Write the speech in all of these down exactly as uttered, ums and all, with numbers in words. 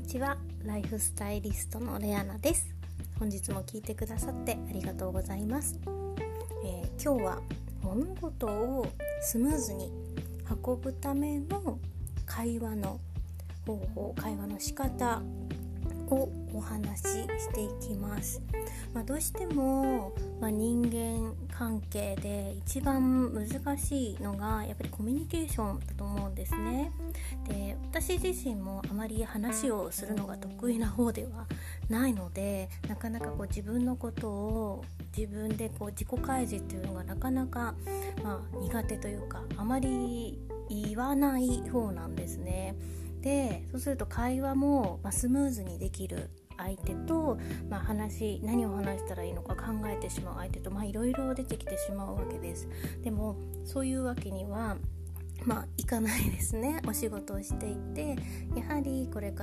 ちは。ライフスタイリストのレアナです。本日も聞いてくださってありがとうございます。えー、今日は物事をスムーズに運ぶための会話の方法、会話の仕方をお話ししていきます。まあ、どうしても、まあ、人間関係で一番難しいのがやっぱりコミュニケーションだと思うんですね。で、私自身もあまり話をするのが得意な方ではないので、なかなかこう自分のことを自分でこう自己開示っていうのがなかなか、まあ、苦手というかあまり言わない方なんですね。で、そうすると会話も、まあ、スムーズにできる相手と、まあ、話何を話したらいいのか考えてしまう相手と、まあ、いろいろ出てきてしまうわけです。でもそういうわけにはまあいかないですね。お仕事をしていて、やはりこれから、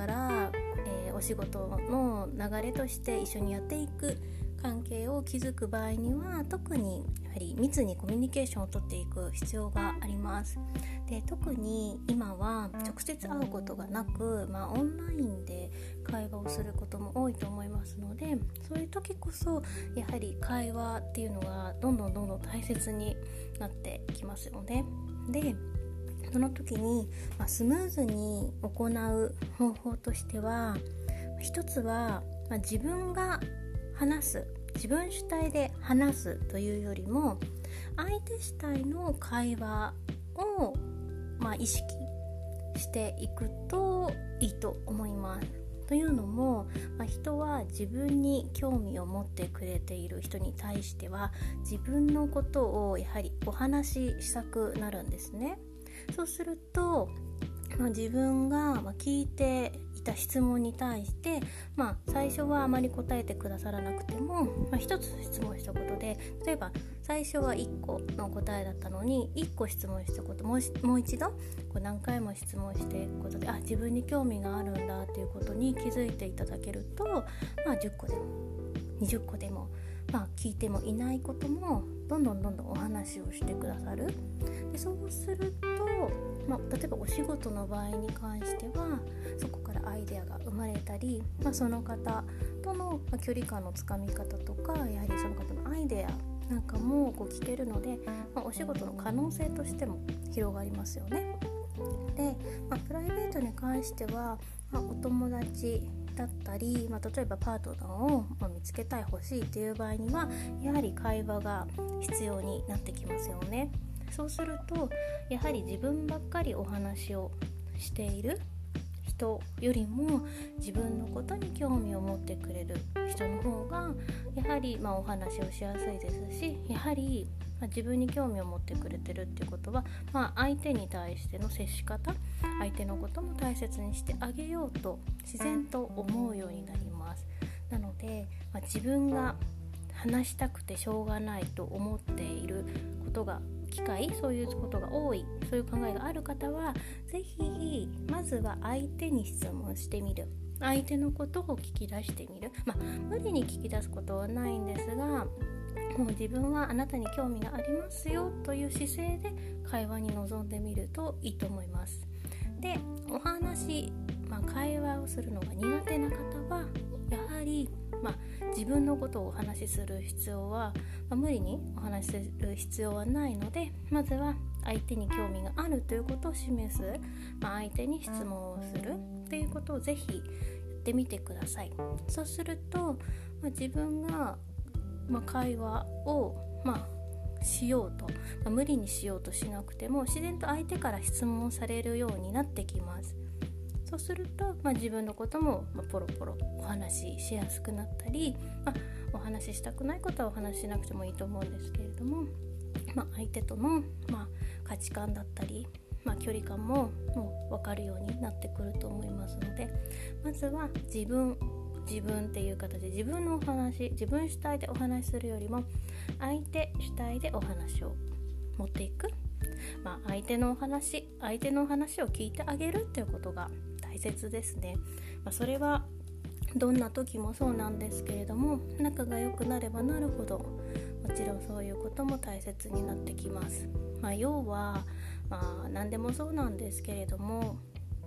えー、お仕事の流れとして一緒にやっていく関係を築く場合には、特にやはり密にコミュニケーションをとっていく必要があります。で、特に今は直接会うことがなく、まあ、オンラインで会話をすることも多いと思いますので、そういう時こそやはり会話っていうのがどんどんどんどん大切になってきますよね。で、その時に、まあ、スムーズに行う方法としては、一つは、まあ、自分が話す、自分主体で話すというよりも相手主体の会話を、まあ、意識していくといいと思います。というのも、まあ、人は自分に興味を持ってくれている人に対しては自分のことをやはりお話ししたくなるんですね。そうすると、まあ、自分が聞いていた質問に対して、まあ、最初はあまり答えてくださらなくても、まあ、一つ質問したことで、例えば最初はいっこの答えだったのにいっこ質問したこと、もう、もう一度こう何回も質問していくことで、あ、自分に興味があるんだということに気づいていただけると、まあ、じゅっこでもにじゅっこでも、まあ、聞いてもいないこともどんどんどんどんお話をしてくださる。で、そうすると、まあ、例えばお仕事の場合に関してはそこからアイデアが生まれたり、まあ、その方との距離感のつかみ方とか、やはりその方のアイデアなんかもこう聞けるので、まあ、お仕事の可能性としても広がりますよね。で、まあ、プライベートに関しては、まあ、お友達だったり、まあ、例えばパートナーを見つけたい欲しいという場合にはやはり会話が必要になってきますよね。そうするとやはり自分ばっかりお話をしている人よりも自分のことに興味を持ってくれる人の方がやはりまあお話をしやすいですし、やはりまあ自分に興味を持ってくれてるっていうことは、まあ、相手に対しての接し方、相手のことも大切にしてあげようと自然と思うようになります。なので、まあ、自分が話したくてしょうがないと思っていることが機会、そういうことが多い、そういう考えがある方はぜひまずは相手に質問してみる、相手のことを聞き出してみる。まあ、無理に聞き出すことはないんですが、もう自分はあなたに興味がありますよという姿勢で会話に臨んでみるといいと思います。で、お話、まあ、会話をするのが苦手な方はやはり、まあ、自分のことをお話しする必要は、まあ、無理にお話しする必要はないので、まずは相手に興味があるということを示す、まあ、相手に質問をするということをぜひやってみてください。そうすると、まあ、自分が、まあ、会話を、まあ、しようと、まあ、無理にしようとしなくても自然と相手から質問されるようになってきます。そうすると、まあ、自分のことも、まあ、ポロポロお話ししやすくなったり、まあ、お話ししたくないことはお話ししなくてもいいと思うんですけれども、まあ、相手との、まあ、価値観だったり、まあ、距離感ももう分かるようになってくると思いますので、まずは自分自分っていう形で自分のお話、自分主体でお話しするよりも相手主体でお話を持っていく、まあ、相手のお話相手のお話を聞いてあげるっていうことが大切ですね。まあ、それはどんな時もそうなんですけれども、仲が良くなればなるほどもちろんそういうことも大切になってきます。まあ、要は、まあ、何でもそうなんですけれども、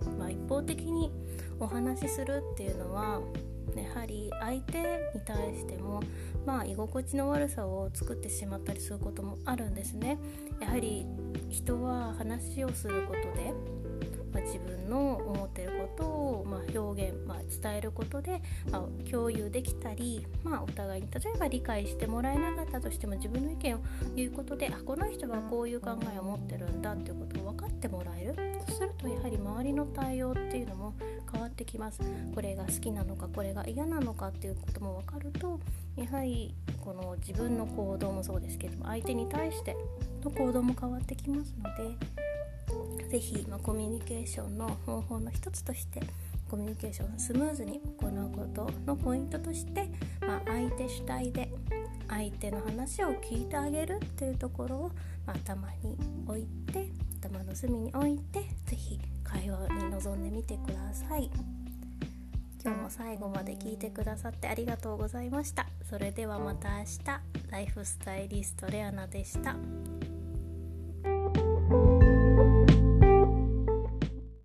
まあ、一方的にお話しするっていうのはやはり相手に対しても、まあ、居心地の悪さを作ってしまったりすることもあるんですね。やはり人は話をすることで、まあ、自分の思っていることを、まあ、表現、まあ、伝えることで、まあ、共有できたり、まあ、お互いに例えば理解してもらえなかったとしても自分の意見を言うことで、あ、この人はこういう考えを持ってるんだっていうことを分かってもらえる。そうするとやはり周りの対応っていうのも変わってきます。これが好きなのかこれが嫌なのかっていうことも分かると、やはりこの自分の行動もそうですけども、相手に対しての行動も変わってきますので、ぜひ、まあ、コミュニケーションの方法の一つとして、コミュニケーションをスムーズに行うことのポイントとして、まあ、相手主体で相手の話を聞いてあげるっていうところを、まあ、頭に置いて頭の隅に置いて、ぜひ会話に臨んでみてください。今日も最後まで聞いてくださってありがとうございました。それではまた明日。ライフスタイリストレアナでした。